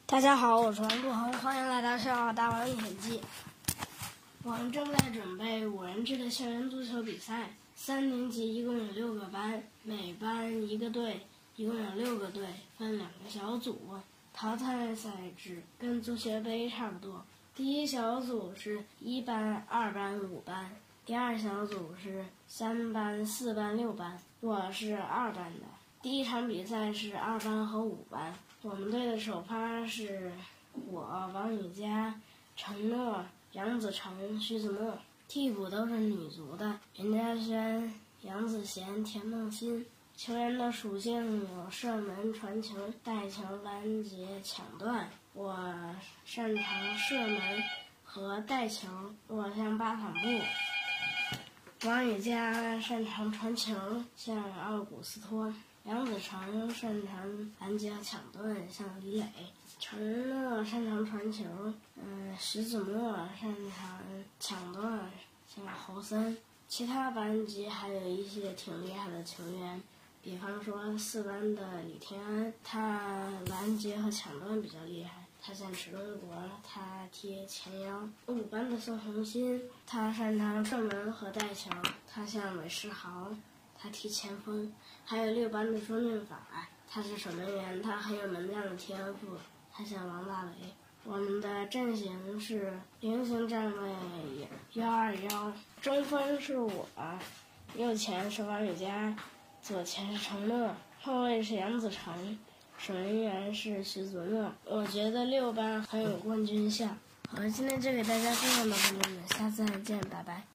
大家好，我是王杜恒，欢迎来到校奥大王历险记。我们正在准备5人制的校园足球比赛，3年级一共有6个班，每班1个队，一共有6个队，分2个小组。淘汰赛制跟足协杯差不多。第一小组是1班、2班、5班，第二小组是3班、4班、6班。我是2班的。第一场比赛是2班和5班。我们队的首发是我、王雨佳、程诺、杨子成、徐子墨，替补都是女足的袁嘉轩、杨子贤、田梦欣。球员的属性有射门、传球、带球、拦截、抢断。我擅长射门和带球，我像巴坎布。王雨佳擅长传球，像奥古斯托。杨子成擅长拦截和抢断，像李磊。程诺擅长传球，徐子墨擅长抢断，像侯森。其他班级还有一些挺厉害的球员，比方说4班的李天安，他拦截和抢断比较厉害，他像池东国，他踢前腰。5班的宋红鑫，他擅长射门和带球，他像韦世豪，他踢前锋。还有6班的钟俊法，他是守门员，他很有门将的天赋，他像王大雷。我们的阵型是菱形站位1-2-1，中锋是我，右前是王雨佳，左前是程诺，后卫是杨子成，守门员是徐子墨。我觉得6班很有冠军相。好了，今天就给大家分享到这里，下次再见，拜拜。